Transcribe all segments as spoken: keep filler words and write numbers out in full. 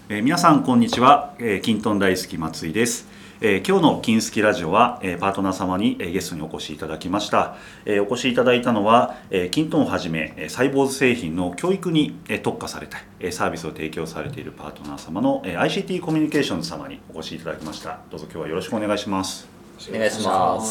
えー、皆さんこんにちは、えー、キントン大好き松井です。えー、今日の金スキラジオは、えー、パートナー様に、えー、ゲストにお越しいただきました。えー、お越しいただいたのは、えー、キントンをはじめ、えー、サイボーズ製品の教育に、えー、特化された、えー、サービスを提供されているパートナー様の、えー、アイシーティー コミュニケーションズ様にお越しいただきました。どうぞ今日はよろしくお願いします。 お願いします。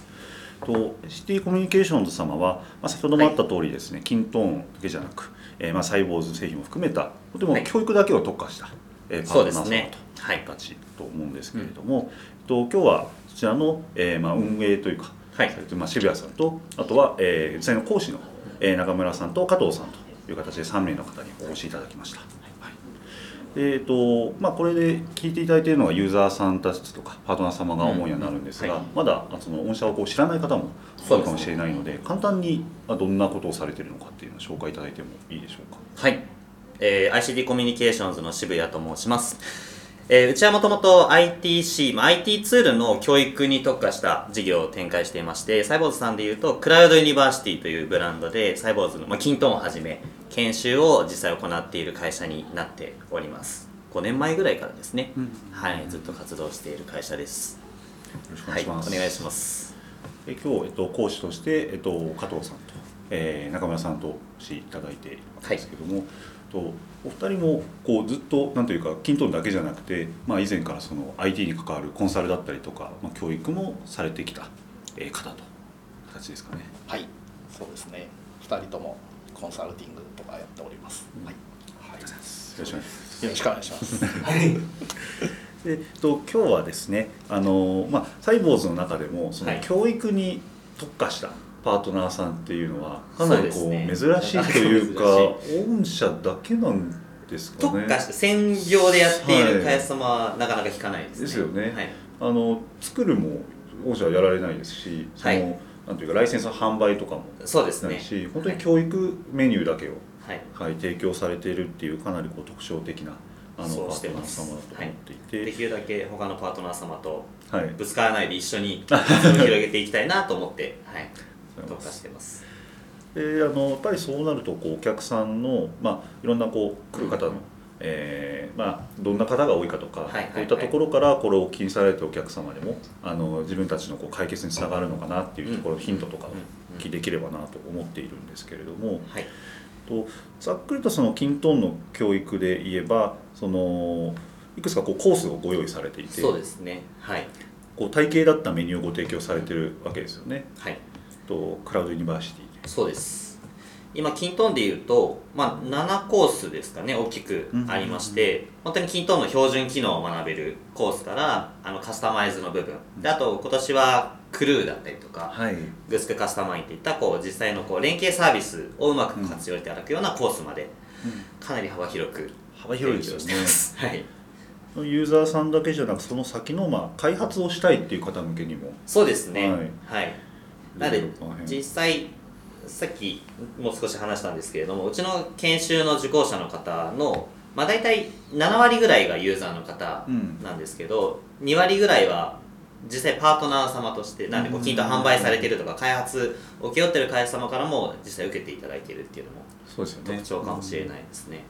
と アイシーティー コミュニケーションズ様は、まあ、先ほどもあった通りですね、はい、キントンだけじゃなく、えーまあ、サイボーズ製品も含めたとても教育だけを特化した、はい、えー、パートナー様という形と思うんですけれども、はい、と今日はそちらの、えーまあ、運営というか、はい、まあ、渋谷さんとあとは、えー、実際の講師の、えー、中村さんと加藤さんという形でさんめいの方にお越しいただきました。えーとまあ、これで聞いていただいているのがユーザーさんたちとかパートナー様が主にはなるんですが、うん、はい、まだその御社をこう知らない方も多いかもしれないので、簡単にどんなことをされているのかっていうのを紹介いただいてもいいでしょうか。 はい、えー、アイシーティー コミュニケーションズの渋谷と申します。えー、うちはもともと アイティーシー、まあ、アイティー ツールの教育に特化した事業を展開していまして、サイボーズさんでいうとクラウドユニバーシティというブランドでサイボーズの、まあ、キントンをはじめ研修を実際行っている会社になっております。ごねんまえぐらいからですね、うん、はい、ずっと活動している会社です。 よろしくお願いします。 はい、お願いします。 え今日、えっと、講師として、えっと、加藤さんと、えー、中村さんとしていただいているわけですけども、はい、とお二人もこうずっとなんというかキントンだけじゃなくて、まあ、以前からその アイティー に関わるコンサルだったりとか、まあ、教育もされてきた方と形ですかね。 はい、そうですね。ふたりともコンサルティングとかやっております。 うん、はい、ありがとうございます。よろしくお願いします。 よろしくお願いします。 はい。で、えっと、今日はですね、あの、まあ、サイボーズの中でもその教育に特化したパートナーさんっていうのはかなりこう、ね、珍しいというか、御社だけなんですかね。 特化して専業でやっている会社様はなかなか聞かないですね。 ですよね。 はい、 あの作るも御社はやられないですし、その、はい、なんというかライセンス販売とかもないし、そうですね、本当に教育メニューだけを、はいはい、提供されているっていうかなりこう特徴的なあのパートナー様だと思っていて、 はい、できるだけ他のパートナー様とぶつからないで一緒に広げていきたいなと思って、はい、特化してます。 であのやっぱりそうなるとこうお客さんの、まあ、いろんなこう来る方の、うん、えーまあ、どんな方が多いかとか、はいはいはい、こういったところからこれを気にされてお客様でもあの自分たちのこう解決につながるのかなっていうところのヒントとかをお聞きできればなと思っているんですけれども、はい、とざっくりとそのキントンの教育で言えばそのいくつかこうコースをご用意されていて、 そうですね、はい、 こう体系だったメニューをご提供されているわけですよね。はい、とクラウドユニバーシティで。 そうです。今キントンでいうと、まあ、ななコースですかね、大きくありまして、うん、本当にキントンの標準機能を学べるコースからあのカスタマイズの部分で、あと今年はクルーだったりとか、はい、グスクカスタマインといったこう実際のこう連携サービスをうまく活用していただくようなコースまで、うん、かなり幅広く幅広いですよね。はい、ユーザーさんだけじゃなくその先のまあ開発をしたいっていう方向けにも。 そうですね、はい、はい、なので実際さっきもう少し話したんですけれども、うちの研修の受講者の方の、まあ、大体ななわりぐらいがユーザーの方なんですけど、うん、にわりぐらいは実際パートナー様としてなんでこうキントン販売されているとか開発を請け負っている会社様からも実際受けていただいているっていうのも特徴かもしれないですね。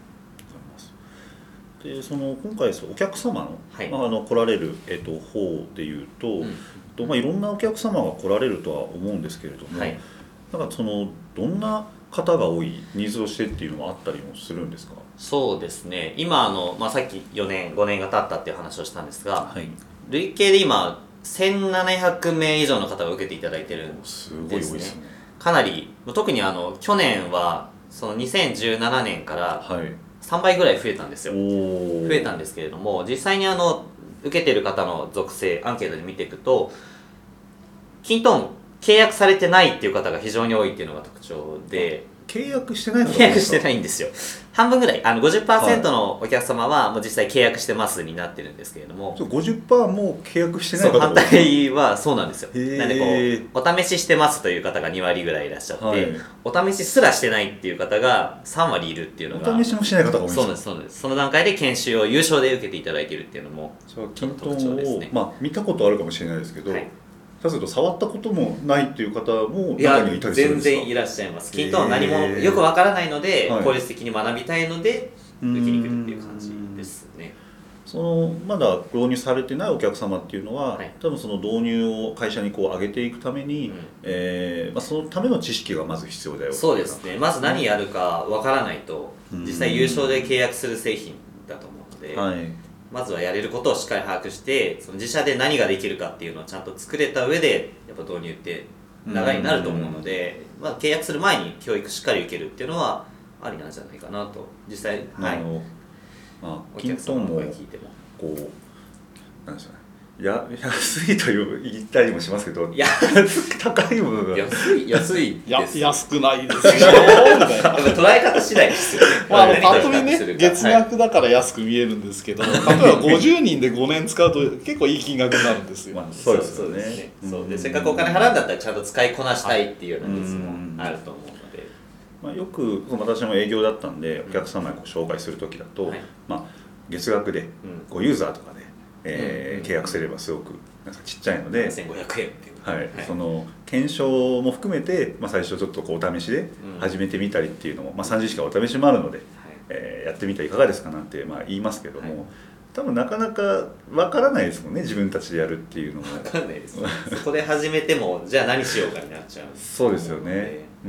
でその今回お客様の、はい、まあ、あの来られる、えっと、方でいうと、うん、とまあ、いろんなお客様が来られるとは思うんですけれども、はい、なんかそのどんな方が多いニーズとしてっていうのはあったりもするんですか。 そうですね、今あの、まあ、さっきよねんごねんが経ったっていう話をしたんですが、はい、累計で今せんななひゃくめい以上の方が受けていただいてるんですね。すごい多いですね。かなり特にあの去年はそのにせんじゅうななねんからさんばいぐらい増えたんですよ。増えたんですけれども、実際にあの受けてる方の属性アンケートで見ていくと、キントン契約されてないっていう方が非常に多いっていうのが特徴で、 契約してない方契約してないんですよ。半分ぐらいあの ごじゅっパーセント のお客様はもう実際契約してますになってるんですけれども、 はい、ごじゅっパーセント も契約してない方が反対はそうなんですよ。なんでこうお試ししてますという方がにわりぐらいいらっしゃって、はい、お試しすらしてないっていう方がさんわりいるっていうのが、 お試しもしない方が多いんですよ。 そうですそうです。その段階で研修を有償で受けていただいているっていうのもキントンを、まあ、見たことあるかもしれないですけど、はい、さすると触ったこともないっていう方も中にはいたりするんですか。 全然いらっしゃいます。キントンは何もよくわからないので、はい、効率的に学びたいので受けに来るっていう感じですね。 そのまだ導入されてないお客様っていうのは、 はい、 多分その導入を会社にこう上げていくために、うん、えー、まあ、そのための知識がまず必要だよ。 そうですね。まず何やるかわからないと、うん、実際優勝で契約する製品だと思うので、はい、まずはやれることをしっかり把握して、その自社で何ができるかっていうのをちゃんと作れた上でやっぱ導入って長になると思うので、まあ、契約する前に教育しっかり受けるっていうのはありなんじゃないかなと実際、はい、 まあ、キントーンもこうなんですかね、や安いと言ったりもしますけど、いや高いものが安い安いです。 安くないですよ。 捉え方次第ですよね。 まあ、パッと見ね、月額だから安く見えるんですけど、はい、例えばごじゅうにんでごねん使うと結構いい金額になるんですよ。 まあ、そうですよね。 そうで、せっかくお金払うんだったらちゃんと使いこなしたいっていうようなニーズもあると思うので、 まあ、よく私も営業だったんでお客様にご紹介する時だと、はい、まあ、月額でごユーザーとかで、えー、契約すればすごくなんかちっちゃいのでせんごひゃくえんっていう、 はいはい、その検証も含めて、まあ、最初ちょっとこうお試しで始めてみたりっていうのも、まあ、さんじゅっしかお試しもあるので、はい、えー、やってみたらいかがですかなんてまあ言いますけども、はい、多分なかなかわからないですもんね、自分たちでやるっていうのもわかんないですねそこで始めてもじゃあ何しようかになっちゃうそうですよね。うん、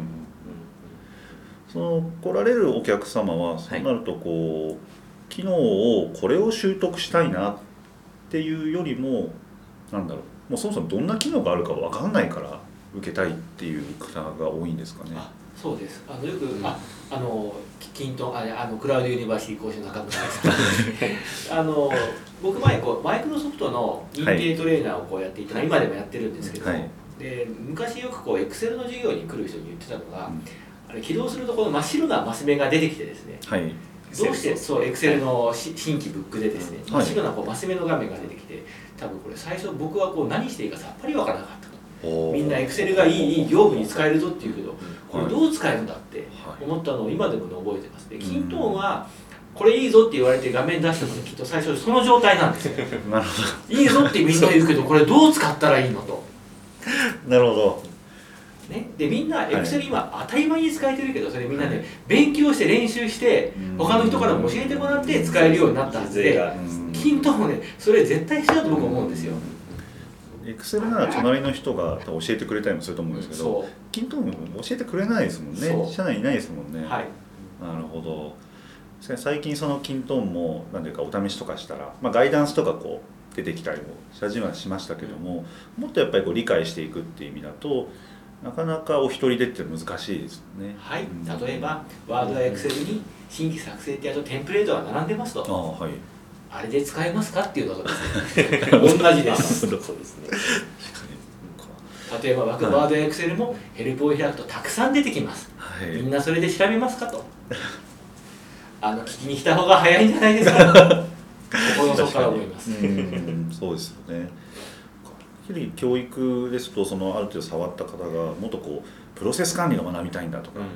その来られるお客様はそうなるとこう、はい、機能をこれを習得したいなっていうよりもなんだろう、もうそもそもどんな機能があるか分かんないから受けたいっていう方が多いんですかね。 あ、そうです。あのよく、うん、ああのキントンああのクラウドユニバーシティ講師の中村ですあの僕前こうマイクロソフトの認定トレーナーをこうやっていて、はい、今でもやってるんですけど、はい、で昔よくこうエクセルの授業に来る人に言ってたのが、うん、あれ起動するとこの真っ白なマス目が出てきてですね、はい、どうしてそうエクセルの新規ブックでですね、真っ白なこうマス目の画面が出てきて、多分これ最初僕はこう何していいかさっぱり分からなかったと。みんなエクセルがいいいい業務に使えるぞっていうけど、これどう使えるんだって思ったのを今でも覚えてます。でキントーンはこれいいぞって言われて画面出してもきっと最初その状態なんですよなるほど。いいぞってみんな言うけどこれどう使ったらいいのとなるほど、 ね、でみんなエクセル今当たり前に使えてるけど、それみんなね勉強して練習して他の人からも教えてもらって使えるようになったはずで、キントーンもねそれ絶対必要だと僕思うんですよ。 エクセルなら隣の人が教えてくれたりもすると思うんですけど、キントーンも教えてくれないですもんね。社内にいないですもんね。はい、なるほど。最近そのキントーンも何ていうかお試しとかしたら、まあ、ガイダンスとかこう出てきたりもし始めはしましたけども、もっとやっぱりこう理解していくっていう意味だとなかなかお一人でって難しいですよね。 はい、例えばワードやエクセルに新規作成ってやるとテンプレートが並んでますと。あ、はい、あれで使えますかっていうのとですね同じです。そうですね。例えばワードやエクセルもヘルプを開くとたくさん出てきます。はい、みんなそれで調べますかと。あの聞きに来た方が早いんじゃないですか。心の底から思います。 うんそうですよね。教育ですとそのある程度触った方がもっとこうプロセス管理が学びたいんだとか、うん、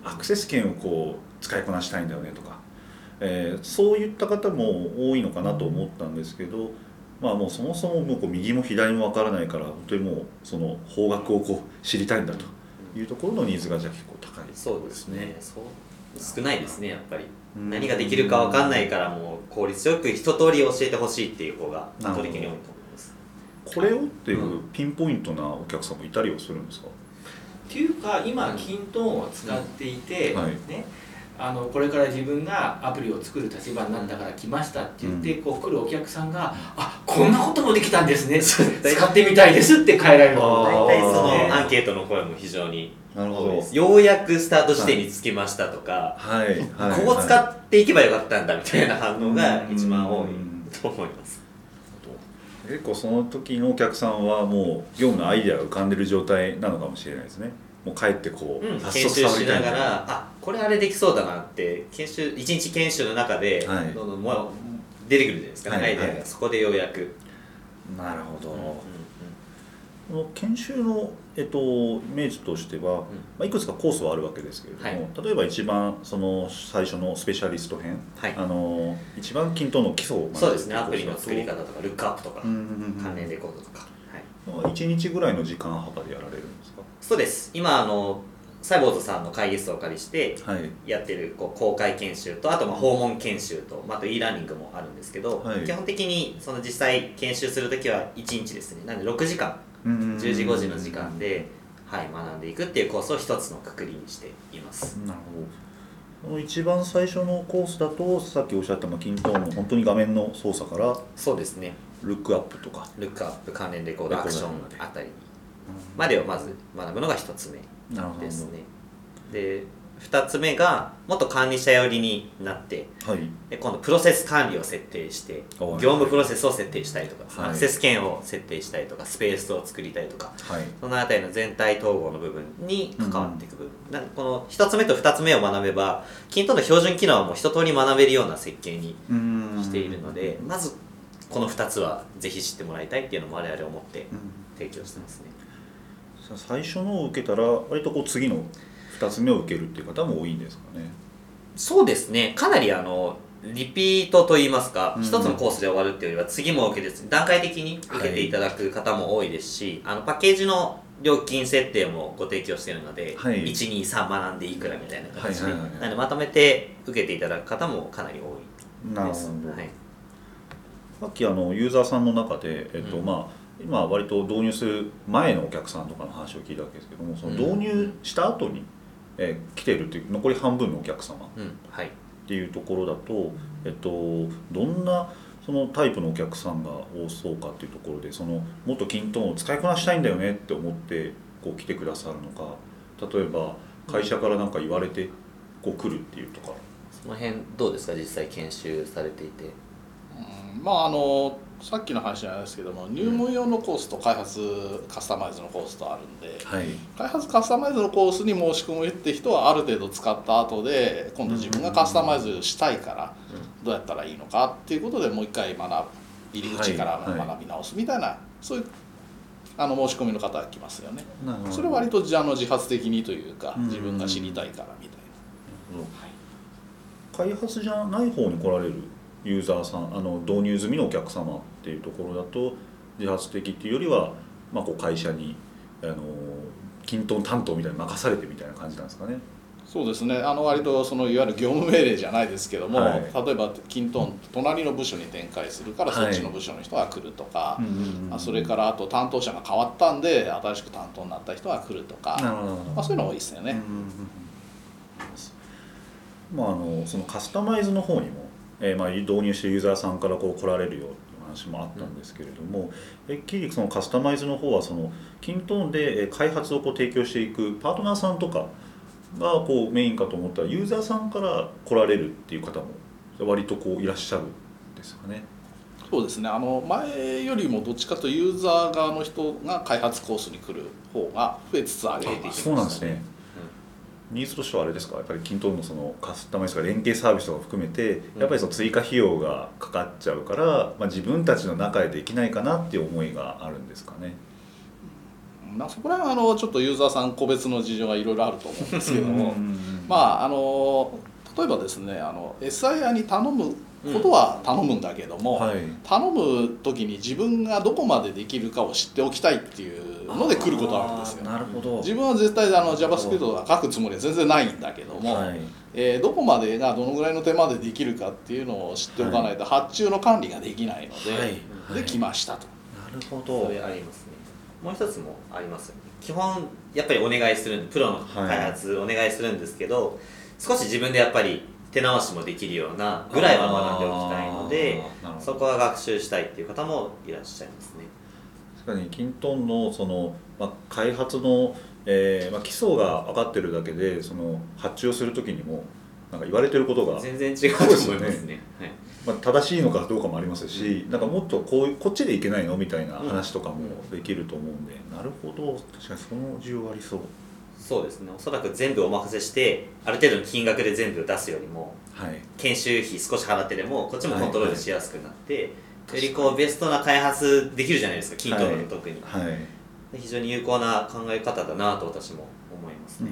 アクセス権をこう使いこなしたいんだよねとか、えー、そういった方も多いのかなと思ったんですけど、まあもうそもそももうこう右も左もわからないから本当にもうその方角をこう知りたいんだというところのニーズがじゃあ結構高いですね。 そうですね。そう少ないですねやっぱり。何ができるかわかんないからもう効率よく一通り教えてほしいっていう方が圧倒的に多いと思います。 これをっていうピンポイントなお客さんもいたりはするんですか？ っていうか今キントーンを使っていて、うんはいね、あのこれから自分がアプリを作る立場になったから来ましたって言って、うん、こう来るお客さんが「あこんなこともできたんですね使ってみたいです」って変えられるの大体そのアンケートの声も非常になるほど。ようやくスタート地点に着きましたとか、はいはいはい、ここ使っていけばよかったんだみたいな反応が一番多いと思います。 結構その時のお客さんはもう業務のアイデアが浮かんでる状態なのかもしれないですね。もう帰ってこう、 うん、研修しながらあこれあれできそうだなって研修いちにち研修の中で、はい、どんどんもう出てくるじゃないですかね、はい、アイデアが、はい、そこでようやく。 なるほど。うんうんうん、この研修の、えっと、イメージとしては、うんまあ、いくつかコースはあるわけですけれども、はい、例えば一番その最初のスペシャリスト編、はい、あの一番均等の基礎を学ぶそうですね、アプリの作り方とかルックアップとか、うんうんうん、関連レコードとか、 はい、いちにちぐらいの時間幅でやられるんですか？ そうです。今あのサイボーズさんの会議室をお借りしてやってるこう公開研修と、あとまあ訪問研修と、まあ、あと e ラーニングもあるんですけど、はい、基本的にその実際研修するときはいちにちですね。なのでろくじかん、じゅうじごじの時間で、はい、学んでいくっていうコースを一つのくくりにしています。 なるほど。この一番最初のコースだとさっきおっしゃったキントーンの本当に画面の操作から、 そうですね、 ルックアップとかルックアップ、関連レコード、アクションあたりまでをまず学ぶのが一つ目ですね。でふたつめがもっと管理者寄りになって、はい、で今度プロセス管理を設定して業務プロセスを設定したりとか、はい、アクセス権を設定したりとかスペースを作りたりとか、はい、そのあたりの全体統合の部分に関わっていく部分、うん、なこのひとつめとふたつめを学べばキントーンの標準機能はもう一通り学べるような設計にしているので、まずこのふたつはぜひ知ってもらいたいっていうのも我々思って提供してますね。 うん、最初のを受けたら割とこう次のふたつめを受けるっていう方も多いんですかね。 そうですね、かなりあのリピートといいますか、一、うん、つのコースで終わるっていうよりは次も受けて段階的に受けていただく方も多いですし、はい、あのパッケージの料金設定もご提供しているので、はい、いちにさん学んでいくらみたいな形で、はいはいはい、なのでまとめて受けていただく方もかなり多いです。なるほど、はい、 さっきあのユーザーさんの中で、えっと、うん、まあ今割と導入する前のお客さんとかの話を聞いたわけですけども、その導入した後に、えー、来てるっていう残り半分のお客様っていうところだと、えっと、どんなそのタイプのお客さんが多そうかっていうところで、そのもっとキントーンを使いこなしたいんだよねって思ってこう来てくださるのか、例えば会社から何か言われてこう来るっていうとか、 その辺どうですか、実際研修されていて。 うん、まああのさっきの話じゃないですけども、入門用のコースと開発カスタマイズのコースとあるんで、はい、開発カスタマイズのコースに申し込むって人はある程度使った後で今度自分がカスタマイズしたいからどうやったらいいのかっていうことでもう一回学ぶ、入り口から学び直すみたいな、はいはい、そういうあの申し込みの方が来ますよね。それは割とあの自発的にというか、自分が知りたいからみたいな、 はい、開発じゃない方に来られるユーザーさん、あの導入済みのお客様っていうところだと自発的っていうよりは、まあ、こう会社にあのキントーン担当みたいに任されてみたいな感じなんですかね。 そうですね、あの割とそのいわゆる業務命令じゃないですけども、はい、例えばキントーン隣の部署に展開するからそっちの部署の人が来るとか、はい、それからあと担当者が変わったんで新しく担当になった人が来るとか、まあ、そういうのが多いですよね。 まあ、あのそのカスタマイズの方にもえー、まあ導入してユーザーさんからこう来られるよっていう話もあったんですけれども、えキリそのカスタマイズの方はそのキントーンで開発をこう提供していくパートナーさんとかがこうメインかと思ったらユーザーさんから来られるっていう方も割とこういらっしゃるんですかね。 そうですね、あの前よりもどっちかというとユーザー側の人が開発コースに来る方が増えつつある。 そうなんですね。ニーズとしてはあれですか、やっぱりキントーンのそのカスタマイズとか連携サービスとか含めてやっぱりその追加費用がかかっちゃうから、まあ、自分たちの中でできないかなっていう思いがあるんですかね。 まあ、そこら辺はあのちょっとユーザーさん個別の事情がいろいろあると思うんですけどもまああの例えばですね、あの エスアイアール に頼むことは頼むんだけども、うんはい、頼む時に自分がどこまでできるかを知っておきたいっていうので来ることがあるんですよ。 なるほど。 自分は絶対あの JavaScript は書くつもりは全然ないんだけども、はい、えー、どこまでがどのぐらいの手間でできるかっていうのを知っておかないと発注の管理ができないので、はいはい、で来ましたと。 なるほど。それありますね。もう一つもありますよね。基本やっぱりお願いするプロの開発お願いするんですけど、はい、少し自分でやっぱり手直しもできるようなぐらいは学んでおきたいので、そこは学習したいっていう方もいらっしゃいますね。 確かにキントーンのその、まあ、開発の、えーまあ、基礎が分かってるだけでその発注をする時にもなんか言われてることが全然違うと思いますね。はい、 まあ、正しいのかどうかもありますし、なんかもっとこうこっちでいけないのみたいな話とかもできると思うんで、うん、なるほど、確かにその需要ありそう。 そうですね、おそらく全部お任せしてある程度の金額で全部出すよりも、はい、研修費少し払ってでもこっちもコントロールしやすくなって、はいはい、よりこうベストな開発できるじゃないですか、キントーンの特に、はいはい、非常に有効な考え方だなと私も思いますね。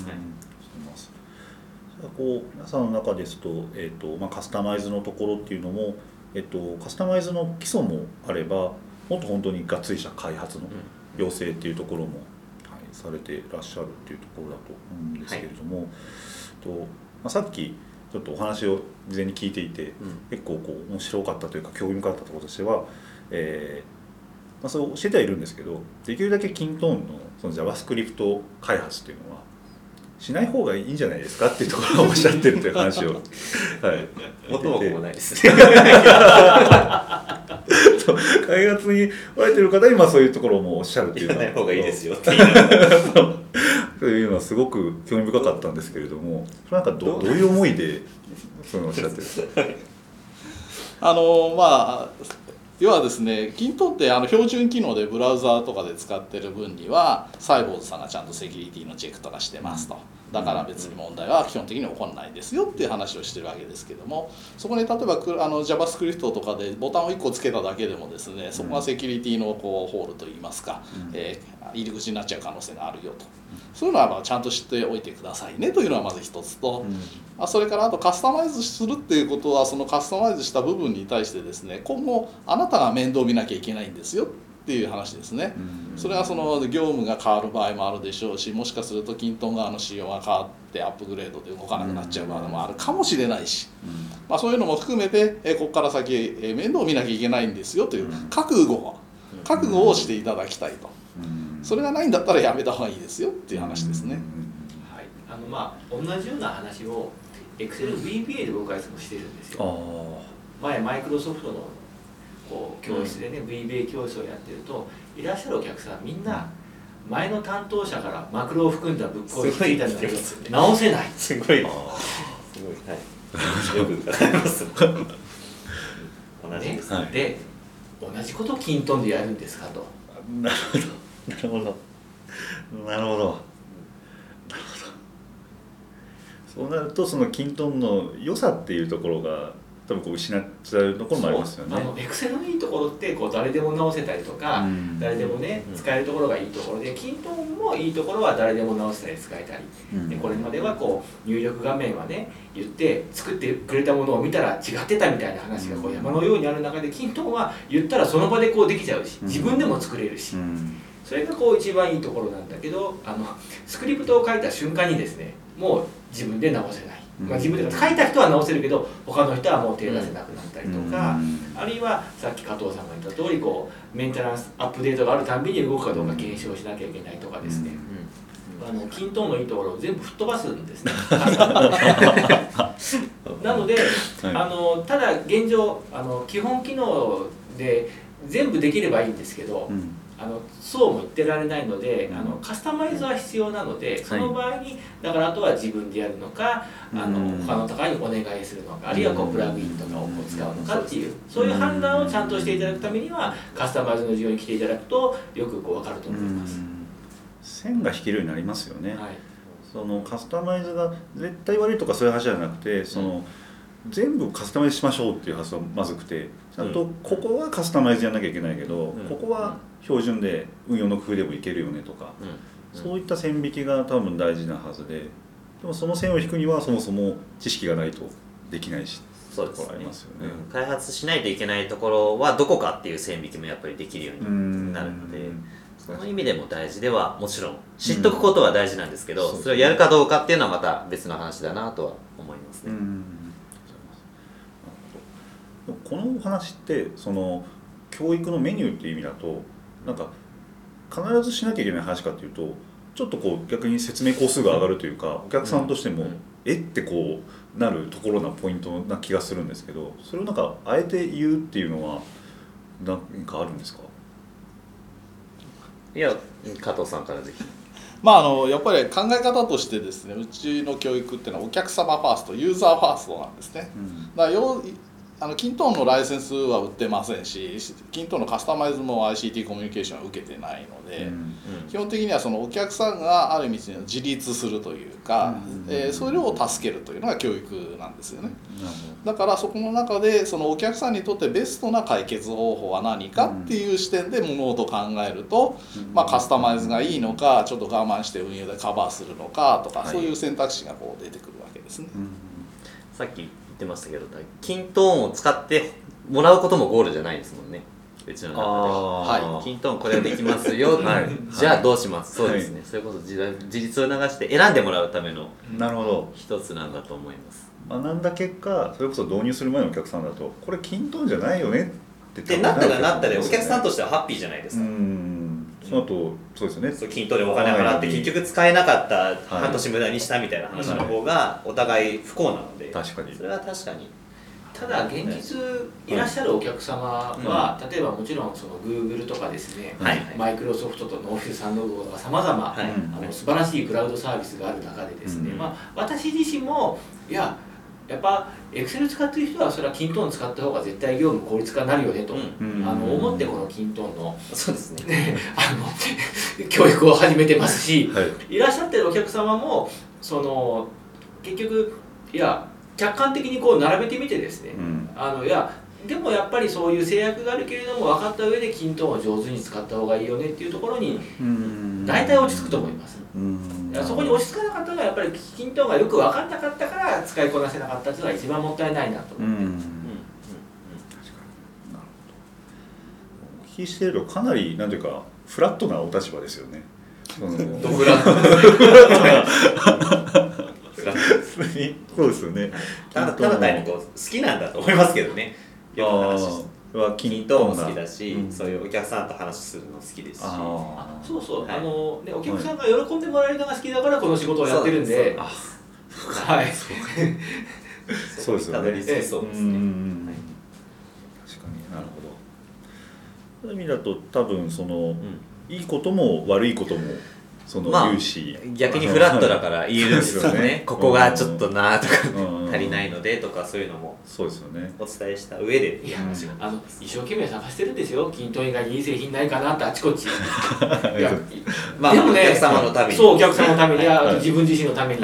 こう皆さんの中ですと、えーとまあ、カスタマイズのところっていうのも、えーと、カスタマイズの基礎もあればもっと本当にがっつりした開発の要請っていうところも、はい、 されていらっしゃるっていうところだと思うんですけれども、はい、とまあ、さっきちょっとお話を事前に聞いていて、うん、結構こう面白かったというか興味深かったところとしては、えーまあ、それを教えてはいるんですけど、できるだけキントーンのその JavaScript 開発っていうのはしない方がいいんじゃないですかっていうところをおっしゃってるという話を、はい、 元も子もないですね開発におられてる方にまあそういうところもおっしゃるっていうのはやらない方がいいですよっていうのはすごく興味深かったんですけれども、それなんか ど, どういう思いでそういうのをおっしゃってるんですか？ あのまあ要はですね、キントーンってあの標準機能でブラウザーとかで使ってる分にはサイボーズさんがちゃんとセキュリティのチェックとかしてますと、だから別に問題は基本的に起こらないですよっていう話をしてるわけですけども、そこに例えばあの JavaScript とかでボタンをいっこつけただけでもですね、そこがセキュリティのこうホールといいますか、うん、えー、入り口になっちゃう可能性があるよと、そういうのはまあちゃんと知っておいてくださいねというのはまず一つと、うん、それからあとカスタマイズするっていうことは、そのカスタマイズした部分に対してですね、今後あなたが面倒見なきゃいけないんですよっていう話ですね。それはその業務が変わる場合もあるでしょうし、もしかするとキントーン側の仕様が変わってアップグレードで動かなくなっちゃう場合もあるかもしれないし、まあ、そういうのも含めてえここから先え面倒を見なきゃいけないんですよという覚悟は覚悟をしていただきたいと。それがないんだったらやめた方がいいですよっていう話ですね。 はい、あのまあ同じような話を Excel ブイビーエー で僕はいつもしてるんですよ。前マイクロソフトのこう教室でね、うん、ブイビーエー 教室をやってると、いらっしゃるお客さんみんな前の担当者からマクロを含んだぶっ壊しついたんだけど直せない。 すごいすごい、はい、よく伺います同じです、ね、はい、 で同じことをキントーンでやるんですかと。 なるほどなるほどなるほど、そうなるとそのキントーンの良さっていうところが多分こう失っちゃうところもありますよね。 あの Excel のいいところってこう誰でも直せたりとか、うん、誰でもね使えるところがいいところで、キントーンもいいところは誰でも直せたり使えたり、うん、でこれまではこう入力画面はね言って作ってくれたものを見たら違ってたみたいな話がこう山のようにある中で、キントーンは言ったらその場でこうできちゃうし、自分でも作れるし、うん、それがこう一番いいところなんだけど、あのスクリプトを書いた瞬間にですね、もう自分で直せない。まあ、自分で書いた人は直せるけど他の人はもう手出せなくなったりとか、あるいはさっき加藤さんが言った通りこうメンテナンスアップデートがあるたんびに動くかどうか検証しなきゃいけないとかですね、あのキントーンのいいところを全部吹っ飛ばすんですねなので、あのただ現状あの基本機能で全部できればいいんですけど、あのそうも言ってられないので、あのカスタマイズは必要なので、その場合にだからあとは自分でやるのか、あの他の方にお願いするのか、あるいはこうプラグインとかをこう使うのかっていう、そういう判断をちゃんとしていただくためにはカスタマイズの授業に来ていただくとよくこう分かると思います。 線が引けるようになりますよね。 はい、 そのカスタマイズが絶対悪いとかそういう話じゃなくて、その全部カスタマイズしましょうっていう発想はまずくて、ちゃんとここはカスタマイズやんなきゃいけないけど、ここは標準で運用の工夫でもいけるよねとか、そういった線引きが多分大事なはずで、でもその線を引くにはそもそも知識がないとできないし、 そうですね、 ありますよね、 うん、開発しないといけないところはどこかっていう線引きもやっぱりできるようになるので、その意味でも大事ではもちろん知っとくことは大事なんですけど、それをやるかどうかっていうのはまた別の話だなとは思いますね。 このお話ってその教育のメニューっていう意味だとなんか必ずしなきゃいけない話かっていうと、ちょっとこう逆に説明工数が上がるというか、お客さんとしてもえってこうなるところなポイントな気がするんですけど、それをなんかあえて言うっていうのは何かあるんですか？ いや、加藤さんからぜひ。 まあ、あのやっぱり考え方としてですね、うちの教育っていうのはお客様ファースト、ユーザーファーストなんですね。うん、だからよあのキントーンのライセンスは売ってませんし、キントーンのカスタマイズも アイシーティー コミュニケーションは受けてないので、うんうん、基本的にはそのお客さんがある意味自立するというか、うんえー、それを助けるというのが教育なんですよね。うん、だからそこの中でそのお客さんにとってベストな解決方法は何かっていう視点で物事を考えると、うんまあ、カスタマイズがいいのか、ちょっと我慢して運用でカバーするのかとか、はい、そういう選択肢がこう出てくるわけですね。うん、 さっき言ってましたけど、キントーンを使ってもらうこともゴールじゃないですもんね。 うちの中では、はい、キントーンこれはできますよ、はい、じゃあどうします、はい、そうですね、はい、それこそ自立を流して選んでもらうためのなるほど一つなんだと思います。 学んだ結果、それこそ導入する前のお客さんだとこれキントーンじゃないよねってでなったらなったでお客さんとしてはハッピーじゃないですか。 うんその後そうですよね、 そうキントーンでお金払って結局使えなかった半年無駄にしたみたいな話の方がお互い不幸なので、 確かにそれは確かに。 ただ現実いらっしゃるお客様は、うん、例えばもちろんその Google とかですね、はい、マイクロソフトとノーフィルサンドとかさまざま素晴らしいクラウドサービスがある中でですね、うん、まあ、私自身もいややっぱ Excel 使ってる人はそれはキントーン使った方が絶対業務効率化になるよねと、うん、あの思ってこのキントーンのそうですねあの教育を始めてますし、はい、いらっしゃってるお客様もその結局いや客観的にこう並べてみてですね、うん、あのいやでもやっぱりそういう制約があるけれども分かった上でキントーンを上手に使った方がいいよねっていうところに大体落ち着くと思います。うんそこに落ち着かなかったのはやっぱりキントーンがよく分かんなかったから使いこなせなかったっていうのが一番もったいないなと思って。うんお聞きしているとかなりなんていうかフラットなお立場ですよね。 ドフラットそうですよね。 ただただ単にこう好きなんだと思いますけどね。世の話はキントーンも好きだし、うん、そういうお客さんと話するの好きですし、 あそうそう、はい、あのねお客さんが喜んでもらえるのが好きだからこの仕事をやってるんで、はい。 そうですよね。 そうですね。確かになるほど。そういう意味だと多分その、うん、いいことも悪いことも。そのまあ、 融資逆にフラットだから言えるんですよね。ねここがちょっとなとか、うん、足りないのでとかそういうのもそうですよね。 お伝えした上で、 いや、うん、あの一生懸命探してるんですよ。キントーン以外にいい製品ないかなってあちこち。いやまあ、でもね、お客様のために、 そうお客様のために、はい、自分自身のために、 はい、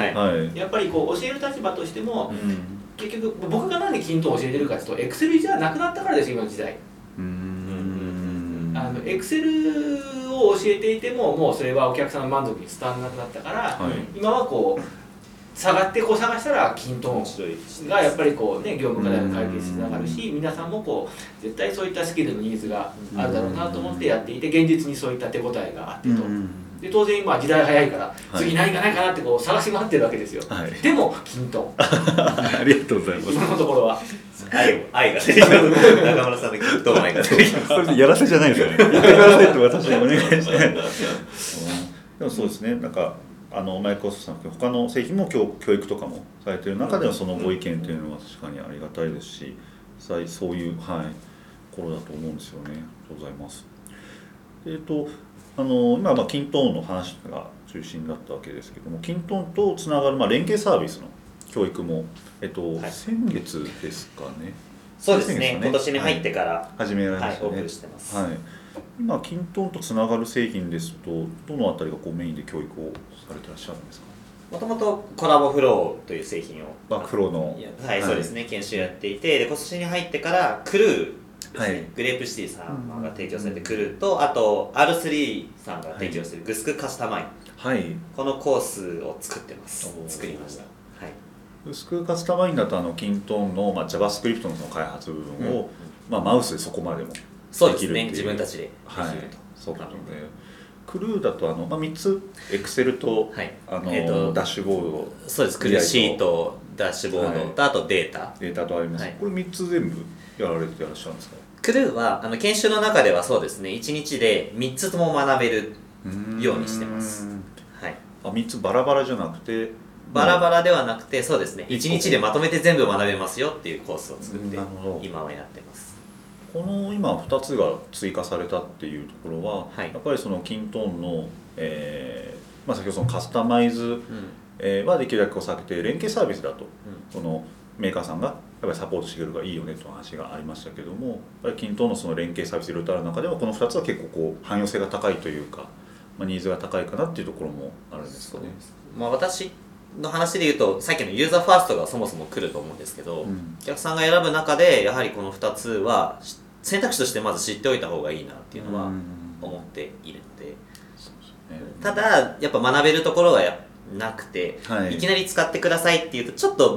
やっぱりこう教える立場としても、うん、結局僕がなんでキントーンを教えてるかというと、エクセルじゃなくなったからです今の時代。うーんあのエクセルを教えていてももうそれはお客さんの満足に伝わらなくなったから、はい、今はこう下がってこう探したらキントーンがやっぱりこうね業務課題の解決につながるし、皆さんもこう絶対そういったスキルのニーズがあるだろうなと思ってやっていて、現実にそういった手応えがあってと。で当然今時代早いから、はい、次何かないかなってこう探し回ってるわけですよ、はい、でもキントーンありがとうございます。 今のところは愛愛が出てきます中村さんのキントーン愛が出てきますそれでやらせじゃないですよねやってくださいって私にお願いして、うん、でもそうですね、なんかあのマイクロソフトさん他の製品も 教, 教育とかもされている中でのそのご意見というのは確かにありがたいですし、そういう、はい、ところだと思うんですよね。ありがとうございます。えーとあの今はまあキントーンの話が中心だったわけですけども、キントーンとつながるまあ連携サービスの教育も、えっとはい、先月ですかね。 そうですね。ね今年に入ってから、はい、 始められましたね。 はい、オープンしてます。 はい。今キントーンとつながる製品ですとどのあたりがこうメインで教育をされてらっしゃるんですか。 もともとコラボフローという製品をバックフローのはい、はい、そうですね研修やっていて、で今年に入ってからクルーはい、グレープシティさんが提供されてくると、あと アールスリー さんが提供しているグスクカスタマイ、はい、このコースを作ってます作りました、はい、 グスクカスタマイだとあのキントーンの、まあ、JavaScript のその開発部分を、うんまあ、マウスでそこまでもできるっていうそうですね自分たちでできると、 はい、そうなのでクルーだとあの、まあ、みっつ Excel と、はいあのえー、とダッシュボードそうですクルーシートダッシュボードと、はい、あとデータデータとあります、はい、これみっつ全部やられてらっしゃるんですか。 クルーはあの研修の中ではそうですねいちにちでみっつとも学べるようにしてます、はい、 あみっつバラバラじゃなくてバラバラではなくてそうですねいちにちでまとめて全部学べますよっていうコースを作って今はやってます。 この今ふたつが追加されたっていうところは、はい、やっぱりそのキントーンの、えーまあ、先ほどそのカスタマイズ、うんえー、はできるだけこう避けて連携サービスだと、うん、そのメーカーさんがやっぱりサポートしてくれるからいいよねという話がありましたけども、やっぱりキントーンのその連携サービスいろいろある中ではこのふたつは結構こう汎用性が高いというか、まあ、ニーズが高いかなっていうところもあるんですかね。 まあ、私の話で言うとさっきのユーザーファーストがそもそも来ると思うんですけど、うん、お客さんが選ぶ中でやはりこのふたつは選択肢としてまず知っておいた方がいいなっていうのは思っているので、うん、ただやっぱ学べるところがやなくて、はい、いきなり使ってくださいっていうとちょっと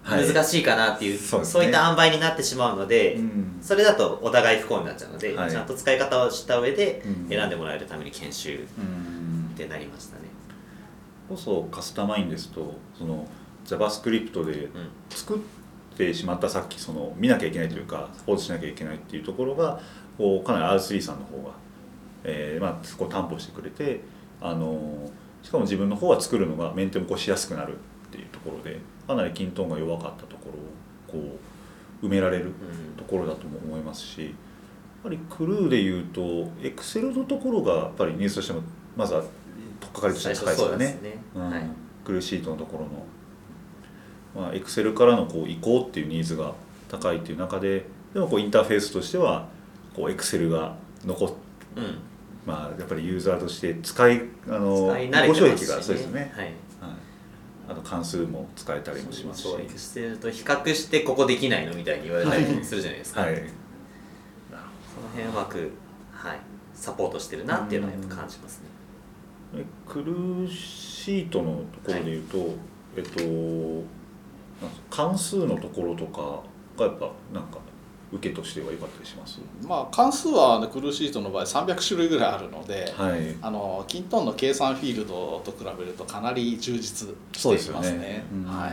難しいかなっていう、はい、そういった塩梅になってしまうので、うん、それだとお互い不幸になっちゃうので、はい、ちゃんと使い方をした上で選んでもらえるために研修ってなりましたね。 こそカスタマインですとその JavaScript で作ってしまった、さっきその見なきゃいけないというかサポートしなきゃいけないっていうところがこうかなり アールスリー さんの方が、えーまあ、そこを担保してくれて、あのしかも自分の方は作るのがメンテもこうしやすくなるっていうところでかなりキントーンが弱かったところをこう埋められるところだとも思いますし、やっぱりクルーでいうと Excel のところがやっぱりニーズとしてもまずは取っかかりとして高いですからね。クルーシートのところの、まあ、Excel からのこう移行っていうニーズが高いっていう中で、でもこうインターフェースとしてはこう Excel が残って、うん、まあやっぱりユーザーとして使いあの使い慣れてますしね。 がそうですね。はい。はい、あと関数も使えたりもしますし。 そうExcelと比較してここできないのみたいに言われたりするじゃないですか。はい。その辺うまくはいサポートしてるなっていうのはやっぱ感じますね。 クルーシートのところでいうと、はい、えっと関数のところとかがやっぱなんか受けとしては良かったりします。 まあ関数は、ね、クルーシートの場合さんびゃくしゅるいぐらいあるので、はい、あのキントーンの計算フィールドと比べるとかなり充実していますね。はい。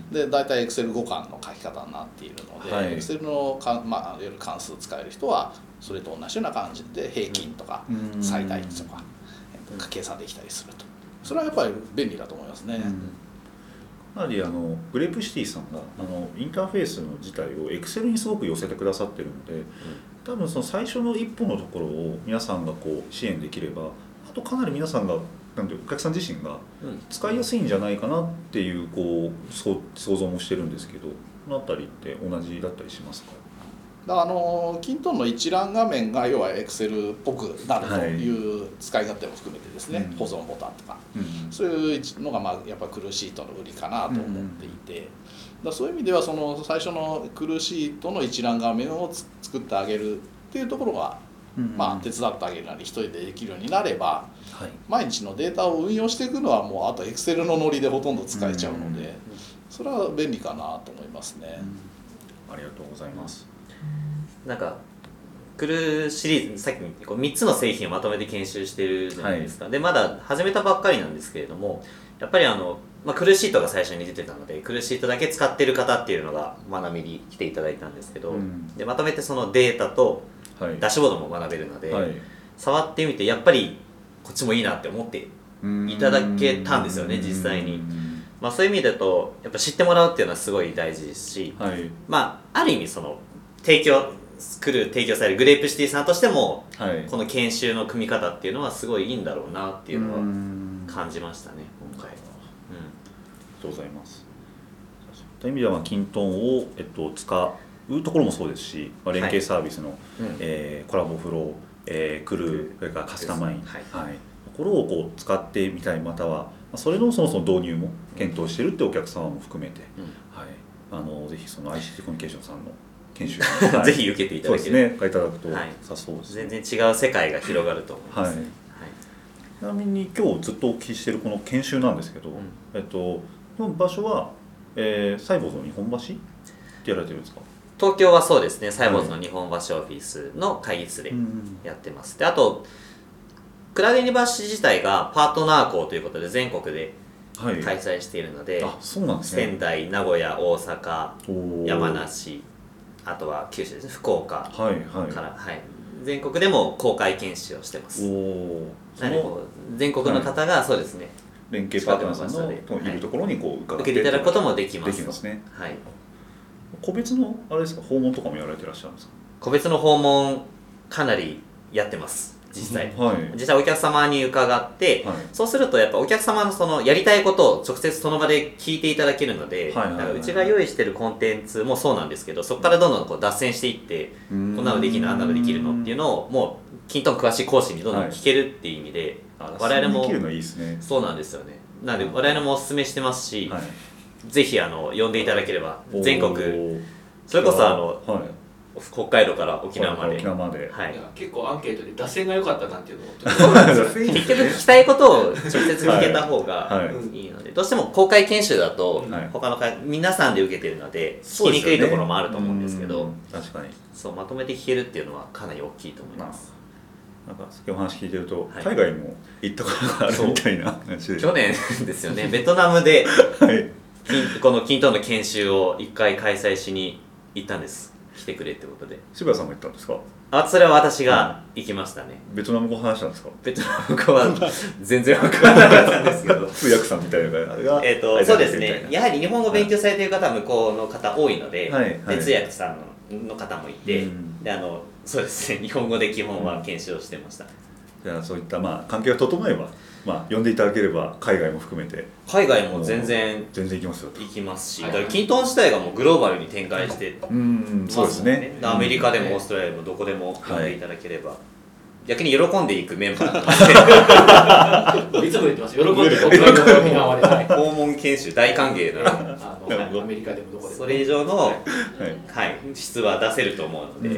で大体 Excel ごかんの書き方になっているので、はい、Excel のか、まあ、いわゆる関数使える人はそれと同じような感じで平均とか最大値とか計算できたりすると、それはやっぱり便利だと思いますね。 かなりあのグレープシティさんがあのインターフェースの自体を Excel にすごく寄せてくださってるので、多分その最初の一歩のところを皆さんがこう支援できれば、あとかなり皆さんがなんていうお客さん自身が使いやすいんじゃないかなっていうこう想像もしてるんですけど、このあたりって同じだったりしますか？ だからあのキントーンの一覧画面が要は Excel っぽくなるという使い勝手も含めてですね、はい、保存ボタンとか、うん、そういうのがまあやっぱクルーシートの売りかなと思っていて、うん、だそういう意味ではその最初のクルーシートの一覧画面を作ってあげるっていうところが、うん、まあ手伝ってあげるなり一人でできるようになれば、はい、毎日のデータを運用していくのはもうあと Excel のノリでほとんど使えちゃうので、うん、それは便利かなと思いますね。 うん、ありがとうございます。 なんかクルーシリーズさっきこうみっつの製品をまとめて研修してるじゃないですか、はい、でまだ始めたばっかりなんですけれども、やっぱりあの、まあ、クルーシートが最初に出てたのでクルーシートだけ使ってる方っていうのが学びに来ていただいたんですけど、うん、でまとめてそのデータとダッシュボードも学べるので、はい、触ってみてやっぱりこっちもいいなって思っていただけたんですよね実際に。まあ、そういう意味だとやっぱ知ってもらうっていうのはすごい大事ですし、はい、まあある意味その提供来る提供されるグレープシティさんとしても、はい、この研修の組み方っていうのはすごいいいんだろうなっていうのは感じましたね今回。うん、ありがとうございます。という意味では、まあ、キントーンを、えっと、使うところもそうですし、まあ、連携サービスの、はいえー、コラボフロー、えー、クルー、それからカスタマイン、はいはい、ところをこう使ってみたい、またはそれのそもそも導入も検討しているってお客様も含めて、うんはい、あのぜひその アイシーティー コミュニケーションさんの研修はい、ぜひ受けていただければ、 そうですね、いただくとさそうです、 ね、全然違う世界が広がると思います、はいはい、 ちなみに今日ずっとお聞きしているこの研修なんですけど、うんえっと、の場所は、えー、サイボーズの日本橋ってやられてるんですか？ 東京はそうですね、サイボーズの日本橋オフィスの会議室でやってます、であとクラウドユニバーシティ自体がパートナー校ということで全国で開催しているので、はい、あそうなんですね、仙台、名古屋、大阪、山梨、あとは九州ですね、福岡から、はいはいはい、全国でも公開研修をしてます。おなのでこう全国の方が、はい、そうですね、 連携パートナーさんのいるところにこう伺って受けていただくこともできます。 できますね。はい。個別のあれですか、訪問とかもやられてらっしゃるんですか？ 個別の訪問かなりやってます。実際、はい、実際お客様に伺って、はい、そうするとやっぱお客様のそのやりたいことを直接その場で聞いていただけるので、はいはいはい、だからうちが用意してるコンテンツもそうなんですけど、そこからどんどんこう脱線していって、こんなのできるのあんなのできるのっていうのをもうキントーン詳しい講師にどんどん聞けるっていう意味で、はい、我々もできるのいいですね。 そうなんですよね。なので我々もお勧めしてますし、はい、ぜひあの呼んでいただければ全国、それこそあの、はい、 北海道から沖縄まで沖縄まで、 はい、 いや結構アンケートで脱線が良かったなんていうのをそうなんですよ結局聞きたいことを直接聞けた方がいいので、どうしても公開研修だと他の会皆さんで受けてるので聞きにくいところもあると思うんですけど、 確かにそうまとめて聞けるっていうのはかなり大きいと思います。 なんか先お話聞いてると、はい、海外も行ったことがあるみたいな話で去年ですよねベトナムで、はい、このキントーンの研修をいっかい開催しに行ったんです。来てくれってことで。 渋谷さんも行ったんですか？ あ、それは私が行きましたね。 ベトナム語話したんですか？ ベトナム語は全然分からなかったんですけど通訳さんみたいなのがえっとそうですね、やはり日本語勉強されている方は向こうの方多いので、はいはい、で通訳さんの方もいて、うん、であのそうですね、日本語で基本は研修をしてました。 じゃあそういったまあ環境が整えば、まあ、呼んでいただければ海外も含めて海外も全然全然行きますよ行きますし、だからキントーン自体がもうグローバルに展開してますもんね。そうですね。アメリカでもオーストラリアでもどこでも呼んでいただければ、はい、逆に喜んでいくメンバーなのでいつも言ってます。喜んで北海道の沖縄で、はい、 訪問研修大歓迎なあのアメリカでもどこでもそれ以上の、はいはい、質は出せると思うので、はい、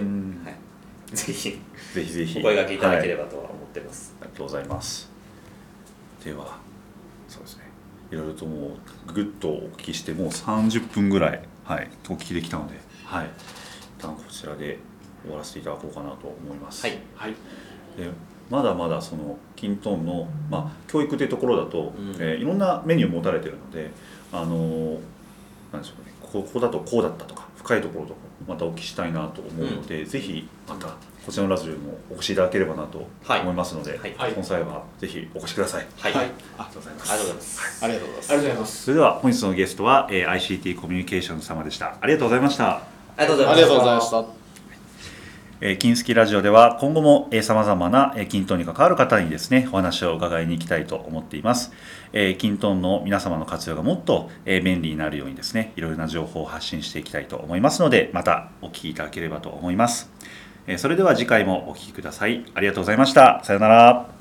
ぜひぜひぜひお声掛けいただければとは思ってます。 はい、ありがとうございます。ではそうですね、いろいろともうぐっとお聞きしてもうさんじゅっぷんぐらい、はい、お聞きできたので、はい、一旦こちらで終わらせていただこうかなと思います。はい、はい、でまだまだそのキントーンの、まあ、教育というところだと、うんえー、いろんなメニュー持たれているので、あのー、なんでしょうね、ここだとこうだったとか深いところとかまたお聞きしたいなと思うので、うん、ぜひまたこちらのラジオにもお越しいただければなと思いますので、はいはい、その際はぜひお越しください。 はい、はい、 ありがとうございます。 ありがとうございます。 ありがとうございます。 ありがとうございます。 それでは本日のゲストは、えー、アイシーティー コミュニケーション様でした。ありがとうございました。 ありがとうございました。 えー、金スキラジオでは今後もさまざまなキントーンに関わる方にですねお話を伺いに行きたいと思っています。えー、キントーンの皆様の活用がもっと、えー、便利になるようにですねいろいろな情報を発信していきたいと思いますのでまたお聞きいただければと思います。えー、それでは次回もお聞きください。ありがとうございました。さようなら。